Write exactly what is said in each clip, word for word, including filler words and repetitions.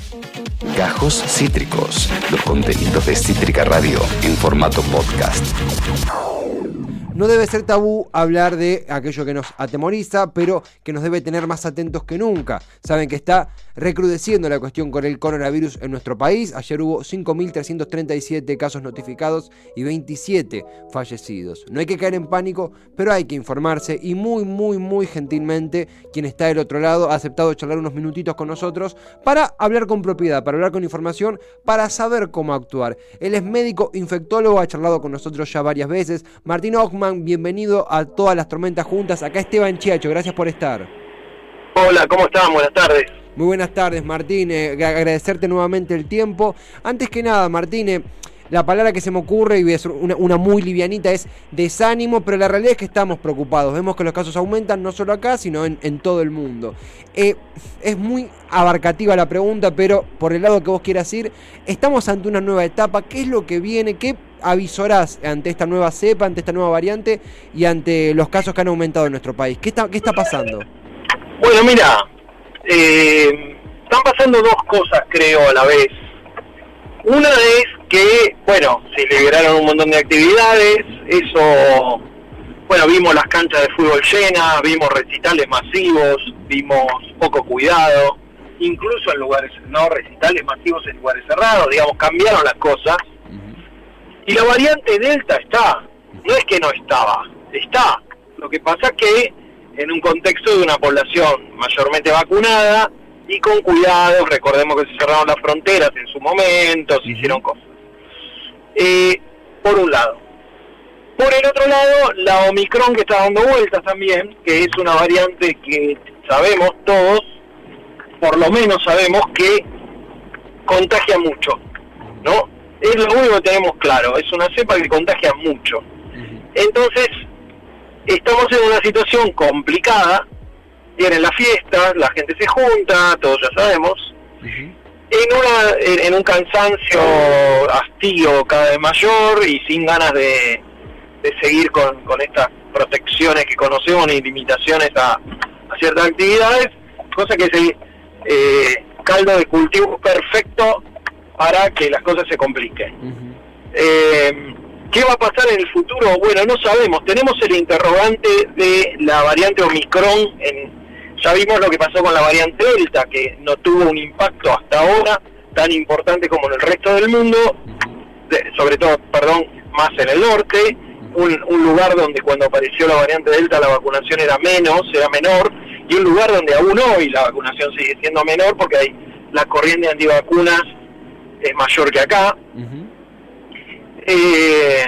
Gajos Cítricos, los contenidos de Cítrica Radio en formato podcast. No debe ser tabú hablar de aquello que nos atemoriza, pero que nos debe tener más atentos que nunca. Saben que está recrudeciendo la cuestión con el coronavirus en nuestro país. Ayer hubo cinco mil trescientos treinta y siete casos notificados y veintisiete fallecidos. No hay que caer en pánico, pero hay que informarse y muy, muy, muy gentilmente quien está del otro lado ha aceptado charlar unos minutitos con nosotros para hablar con propiedad, para hablar con información, para saber cómo actuar. Él es médico infectólogo, ha charlado con nosotros ya varias veces. Martín Ochman, bienvenido a Todas las Tormentas Juntas. Acá Esteban Chiacho, gracias por estar. Hola, ¿cómo están? Buenas tardes. Muy buenas tardes, Martín. Eh, agradecerte nuevamente el tiempo. Antes que nada, Martín, eh, la palabra que se me ocurre, y es una, una muy livianita, es desánimo, pero la realidad es que estamos preocupados. Vemos que los casos aumentan no solo acá, sino en, en todo el mundo. Eh, es muy abarcativa la pregunta, pero por el lado que vos quieras ir, estamos ante una nueva etapa. ¿Qué es lo que viene? ¿Qué avisorás ante esta nueva cepa, ante esta nueva variante y ante los casos que han aumentado en nuestro país? ¿Qué está, qué está pasando? Bueno, mira, eh, están pasando dos cosas, creo, a la vez. Una es que, bueno, se liberaron un montón de actividades, eso, bueno, vimos las canchas de fútbol llenas, vimos recitales masivos, vimos poco cuidado, incluso en lugares, no, recitales masivos en lugares cerrados, digamos, cambiaron las cosas. Y la variante Delta está, no es que no estaba, está. Lo que pasa que en un contexto de una población mayormente vacunada y con cuidados, recordemos que se cerraron las fronteras en su momento, se hicieron cosas. Eh, por un lado. Por el otro lado, la Omicron que está dando vueltas también, que es una variante que sabemos todos, por lo menos sabemos que contagia mucho, ¿no? Es lo único que tenemos claro, es una cepa que contagia mucho. Entonces, estamos en una situación complicada, vienen las fiestas, la gente se junta, todos ya sabemos, uh-huh. en, una, en, en un cansancio, hastío cada vez mayor y sin ganas de, de seguir con, con estas protecciones que conocemos y limitaciones a, a ciertas actividades, cosa que es el eh, caldo de cultivo perfecto para que las cosas se compliquen. Uh-huh. Eh, ¿Qué va a pasar en el futuro? Bueno, no sabemos. Tenemos el interrogante de la variante Omicron. En, ya vimos lo que pasó con la variante Delta, que no tuvo un impacto hasta ahora tan importante como en el resto del mundo, de, sobre todo, perdón, más en el norte, un, un lugar donde cuando apareció la variante Delta la vacunación era menos, era menor, y un lugar donde aún hoy la vacunación sigue siendo menor porque hay la corriente antivacunas es mayor que acá. Uh-huh. eh,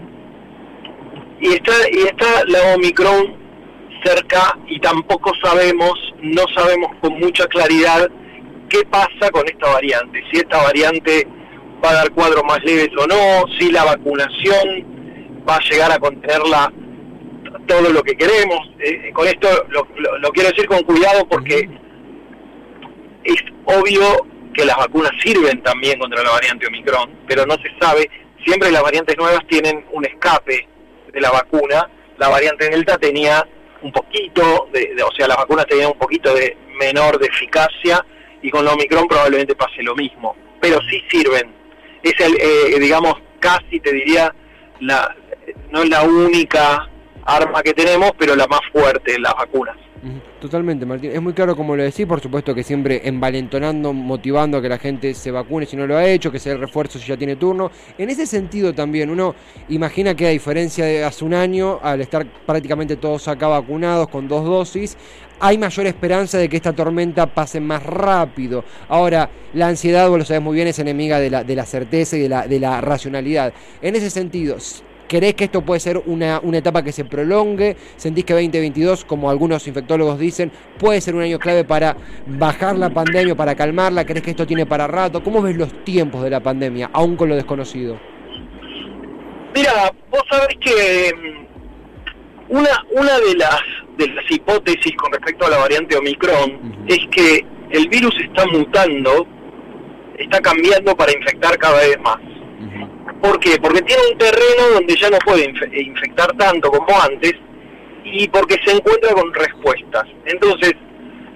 uh-huh. y está y está la Omicron cerca y tampoco sabemos, no sabemos con mucha claridad qué pasa con esta variante, si esta variante va a dar cuadros más leves o no, si la vacunación va a llegar a contenerla todo lo que queremos. Eh, con esto lo, lo, lo quiero decir con cuidado porque uh-huh. es obvio que las vacunas sirven también contra la variante Omicron, pero no se sabe, siempre las variantes nuevas tienen un escape de la vacuna. La variante Delta tenía un poquito, de, de, o sea, las vacunas tenían un poquito de menor de eficacia, y con la Omicron probablemente pase lo mismo, pero sí sirven. Es el, eh, digamos, casi te diría, la no es la única arma que tenemos, pero la más fuerte, las vacunas. Totalmente, Martín, es muy claro como lo decís, por supuesto que siempre envalentonando, motivando a que la gente se vacune si no lo ha hecho, que sea el refuerzo si ya tiene turno. En ese sentido también, uno imagina que a diferencia de hace un año, al estar prácticamente todos acá vacunados con dos dosis, hay mayor esperanza de que esta tormenta pase más rápido. Ahora, la ansiedad, vos lo sabés muy bien, es enemiga de la, de la certeza y de la, de la racionalidad. En ese sentido, ¿creés que esto puede ser una, una etapa que se prolongue? ¿Sentís que veinte veintidós, como algunos infectólogos dicen, puede ser un año clave para bajar la pandemia, para calmarla? ¿Creés que esto tiene para rato? ¿Cómo ves los tiempos de la pandemia, aún con lo desconocido? Mira, vos sabés que una una de las de las hipótesis con respecto a la variante Omicron uh-huh. es que el virus está mutando, está cambiando para infectar cada vez más. ¿Por qué? Porque tiene un terreno donde ya no puede inf- infectar tanto como antes y porque se encuentra con respuestas. Entonces,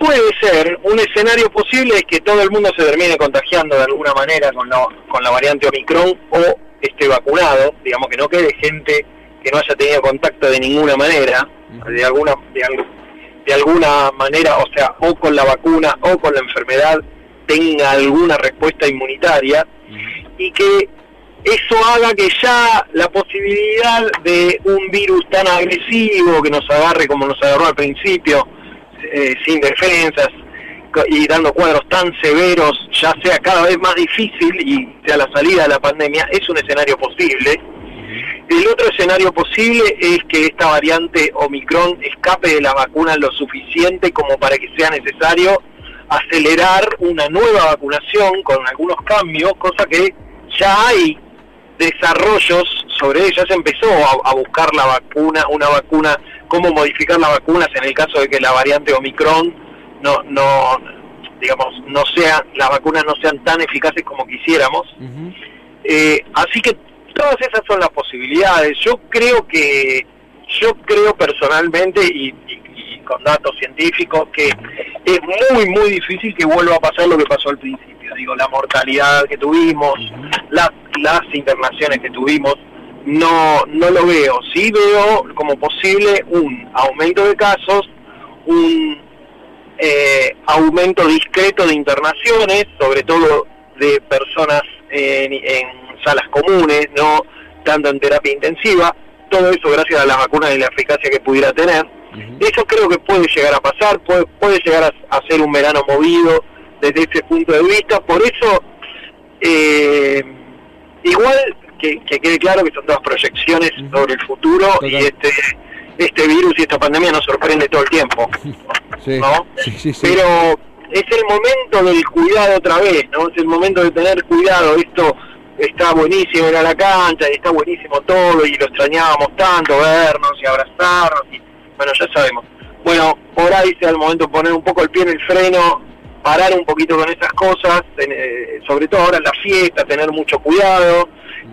puede ser, un escenario posible es que todo el mundo se termine contagiando de alguna manera con la, con la variante Omicron o esté vacunado, digamos que no quede gente que no haya tenido contacto de ninguna manera, de alguna, de, de alguna manera, o sea, o con la vacuna o con la enfermedad tenga alguna respuesta inmunitaria, y que eso haga que ya la posibilidad de un virus tan agresivo que nos agarre como nos agarró al principio, eh, sin defensas y dando cuadros tan severos, ya sea cada vez más difícil y sea la salida de la pandemia, es un escenario posible. El otro escenario posible es que esta variante Omicron escape de la vacuna lo suficiente como para que sea necesario acelerar una nueva vacunación con algunos cambios, cosa que ya hay desarrollos sobre ella. Se empezó a, a buscar la vacuna, una vacuna, cómo modificar las vacunas en el caso de que la variante Omicron no, no, digamos, no sea, las vacunas no sean tan eficaces como quisiéramos. Uh-huh. Eh, así que todas esas son las posibilidades. Yo creo que, yo creo personalmente y, y, y con datos científicos que es muy muy difícil que vuelva a pasar lo que pasó al principio. Digo, la mortalidad que tuvimos, uh-huh. las, las internaciones que tuvimos, no, no lo veo. Sí veo como posible un aumento de casos, un eh, aumento discreto de internaciones, sobre todo de personas en, en salas comunes, no tanto en terapia intensiva, todo eso gracias a las vacunas y la eficacia que pudiera tener. Uh-huh. Eso creo que puede llegar a pasar, puede, puede llegar a, a ser un verano movido desde ese punto de vista. Por eso, eh, igual que, que quede claro que son todas proyecciones uh-huh. sobre el futuro. Total. Y este este virus y esta pandemia nos sorprende todo el tiempo, sí. ¿no? Sí, sí, sí. Pero es el momento del cuidado otra vez, ¿no? Es el momento de tener cuidado. Esto está buenísimo ir a la cancha y está buenísimo todo y lo extrañábamos tanto, vernos y abrazarnos y bueno, ya sabemos. Bueno, por ahí sea el momento de poner un poco el pie en el freno, parar un poquito con esas cosas, eh, sobre todo ahora en la fiesta, tener mucho cuidado,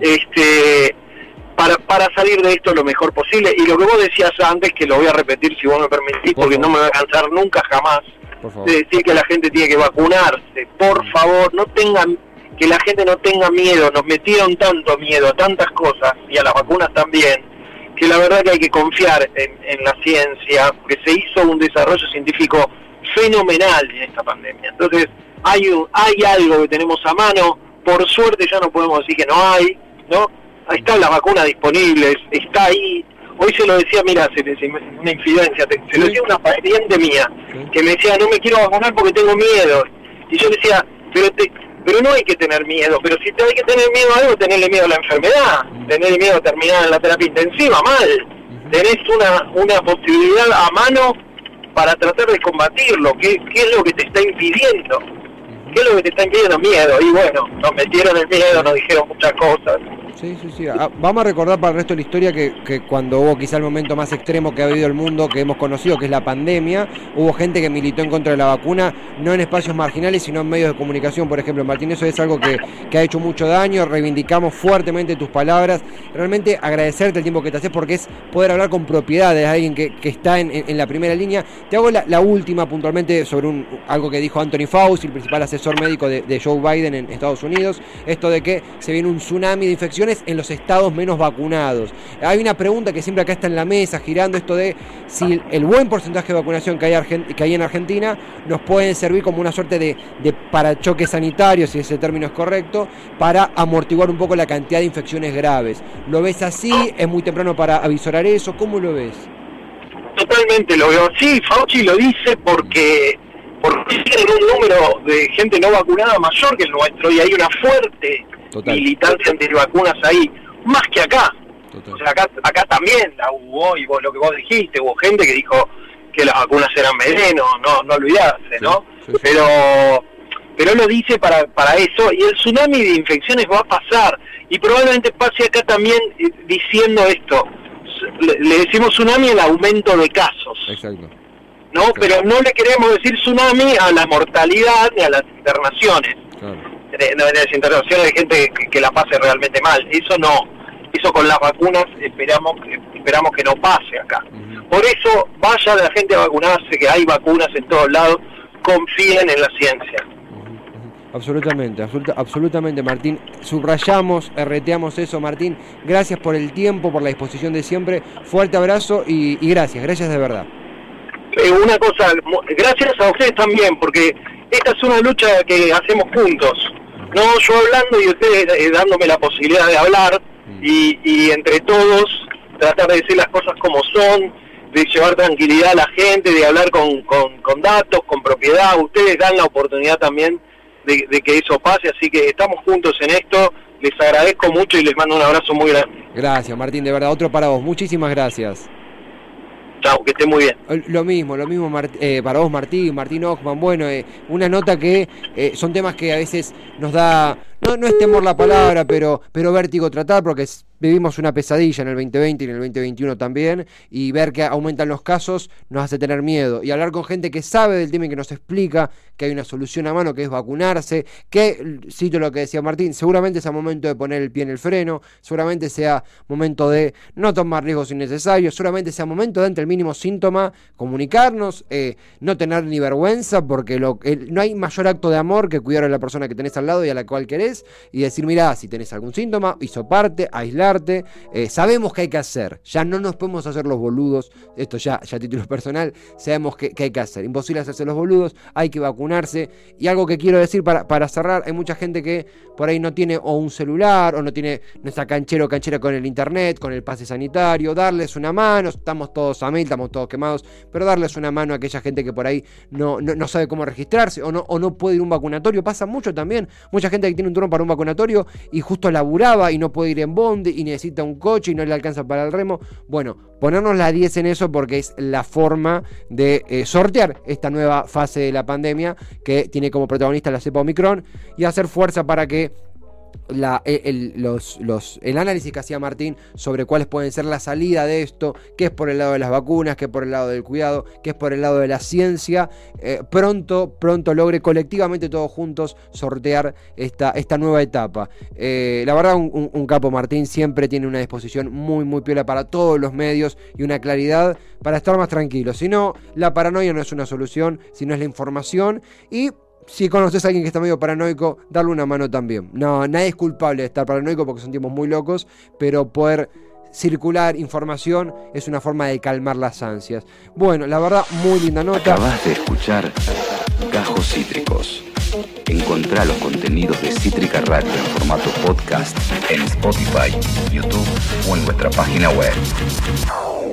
este, para para salir de esto lo mejor posible. Y lo que vos decías antes, que lo voy a repetir si vos me permitís, por porque favor. No me voy a cansar nunca jamás, de decir que la gente tiene que vacunarse. Por favor, no tengan, que la gente no tenga miedo. Nos metieron tanto miedo a tantas cosas, y a las vacunas también, que la verdad que hay que confiar en, en la ciencia, porque se hizo un desarrollo científico fenomenal en esta pandemia. Entonces, hay un, hay algo que tenemos a mano. Por suerte ya no podemos decir que no hay, ¿no? Ahí están las vacunas disponibles, está ahí. Hoy se lo decía, mira, se, se, una infidencia, se sí. lo decía una paciente mía, sí. que me decía, no me quiero vacunar porque tengo miedo. Y yo le decía, pero te, pero no hay que tener miedo, pero si te hay que tener miedo a algo, tenerle miedo a la enfermedad, uh-huh. tenerle miedo a terminar en la terapia intensiva, mal. Uh-huh. Tenés una, una posibilidad a mano para tratar de combatirlo. ¿Qué, qué es lo que te está impidiendo? ¿Qué es lo que te está impidiendo? Miedo. Y bueno, nos metieron el miedo, nos dijeron muchas cosas. Sí, sí, sí. Ah, vamos a recordar para el resto de la historia que, que cuando hubo quizá el momento más extremo que ha habido el mundo, que hemos conocido, que es la pandemia, hubo gente que militó en contra de la vacuna, no en espacios marginales, sino en medios de comunicación, por ejemplo. Martín, eso es algo que, que ha hecho mucho daño, reivindicamos fuertemente tus palabras, realmente agradecerte el tiempo que te haces, porque es poder hablar con propiedad de alguien que, que está en, en, en la primera línea. Te hago la, la última puntualmente sobre un, algo que dijo Anthony Fauci, el principal asesor médico de, de Joe Biden en Estados Unidos, esto de que se viene un tsunami de infecciones en los estados menos vacunados. Hay una pregunta que siempre acá está en la mesa, girando, esto de si el buen porcentaje de vacunación que hay, Argent- que hay en Argentina nos puede servir como una suerte de, de parachoque sanitario, si ese término es correcto, para amortiguar un poco la cantidad de infecciones graves. ¿Lo ves así? ¿Es muy temprano para avisorar eso? ¿Cómo lo ves? Totalmente lo veo así. Fauci lo dice porque porque tienen un número de gente no vacunada mayor que el nuestro y hay una fuerte Total. militancia antivacunas ahí, más que acá. Total. O sea, acá, acá también la hubo, y vos, lo que vos dijiste, hubo gente que dijo que las vacunas eran veneno, no no olvidarse, ¿no? Sí, sí, sí. Pero pero lo dice para para eso, y el tsunami de infecciones va a pasar, y probablemente pase acá también eh, diciendo esto, le, le decimos tsunami al aumento de casos. Exacto. ¿No? Claro. Pero no le queremos decir tsunami a la mortalidad ni a las internaciones. Claro. De, de las internaciones de gente que, que la pase realmente mal. Eso no. Eso con las vacunas esperamos esperamos que no pase acá. Uh-huh. Por eso vaya la gente a vacunarse, que hay vacunas en todos lados, confíen en la ciencia. Absolutamente, absoluta, absolutamente, Martín. Subrayamos, erreteamos eso, Martín. Gracias por el tiempo, por la disposición de siempre. Fuerte abrazo y, y gracias, gracias de verdad. Eh, una cosa, gracias a ustedes también, porque esta es una lucha que hacemos juntos. No yo hablando y ustedes eh, dándome la posibilidad de hablar y, y entre todos tratar de decir las cosas como son, de llevar tranquilidad a la gente, de hablar con, con, con datos, con propiedad. Ustedes dan la oportunidad también De, de que eso pase, así que estamos juntos en esto, les agradezco mucho y les mando un abrazo muy grande. Gracias, Martín, de verdad, otro para vos, muchísimas gracias. Chao, que estén muy bien. Lo mismo, lo mismo Mart- eh, para vos, Martín, Martín Ochman. Bueno, eh, una nota que eh, son temas que a veces nos da, no, no es temor la palabra, pero, pero vértigo tratar, porque es, vivimos una pesadilla en el veinte veinte y en el veinte veintiuno también, y ver que aumentan los casos nos hace tener miedo. Y hablar con gente que sabe del tema y que nos explica que hay una solución a mano, que es vacunarse, que, cito lo que decía Martín, seguramente sea momento de poner el pie en el freno, seguramente sea momento de no tomar riesgos innecesarios, seguramente sea momento de, ante el mínimo síntoma, comunicarnos, eh, no tener ni vergüenza, porque lo, el, no hay mayor acto de amor que cuidar a la persona que tenés al lado y a la cual querés, y decir, mirá, si tenés algún síntoma, hisoparte, aislarte, eh, sabemos qué hay que hacer, ya no nos podemos hacer los boludos, esto ya, ya a título personal, sabemos qué, qué hay que hacer, imposible hacerse los boludos, hay que vacunarse. Y algo que quiero decir para, para cerrar, hay mucha gente que por ahí no tiene o un celular o no tiene, no está canchero o canchera con el internet, con el pase sanitario, darles una mano, estamos todos a mil, estamos todos quemados, pero darles una mano a aquella gente que por ahí no, no, no sabe cómo registrarse o no, o no puede ir a un vacunatorio. Pasa mucho también, mucha gente que tiene un turno para un vacunatorio y justo laburaba y no puede ir en bondi y necesita un coche y no le alcanza para el remo. Bueno, ponernos la diez en eso, porque es la forma de eh, sortear esta nueva fase de la pandemia que tiene como protagonista la cepa Omicron, y hacer fuerza para que La, el, los, los, el análisis que hacía Martín sobre cuáles pueden ser la salida de esto, qué es por el lado de las vacunas, qué es por el lado del cuidado, qué es por el lado de la ciencia, eh, pronto, pronto logre colectivamente todos juntos sortear esta, esta nueva etapa. Eh, la verdad, un, un, un capo Martín, siempre tiene una disposición muy, muy piola para todos los medios y una claridad para estar más tranquilos. Si no, la paranoia no es una solución, sino es la información. Y si conoces a alguien que está medio paranoico, darle una mano también. No, nadie es culpable de estar paranoico porque son tiempos muy locos, pero poder circular información es una forma de calmar las ansias. Bueno, la verdad, muy linda nota. Acabas de escuchar Gajos Cítricos. Encontrá los contenidos de Cítrica Radio en formato podcast en Spotify, YouTube o en nuestra página web.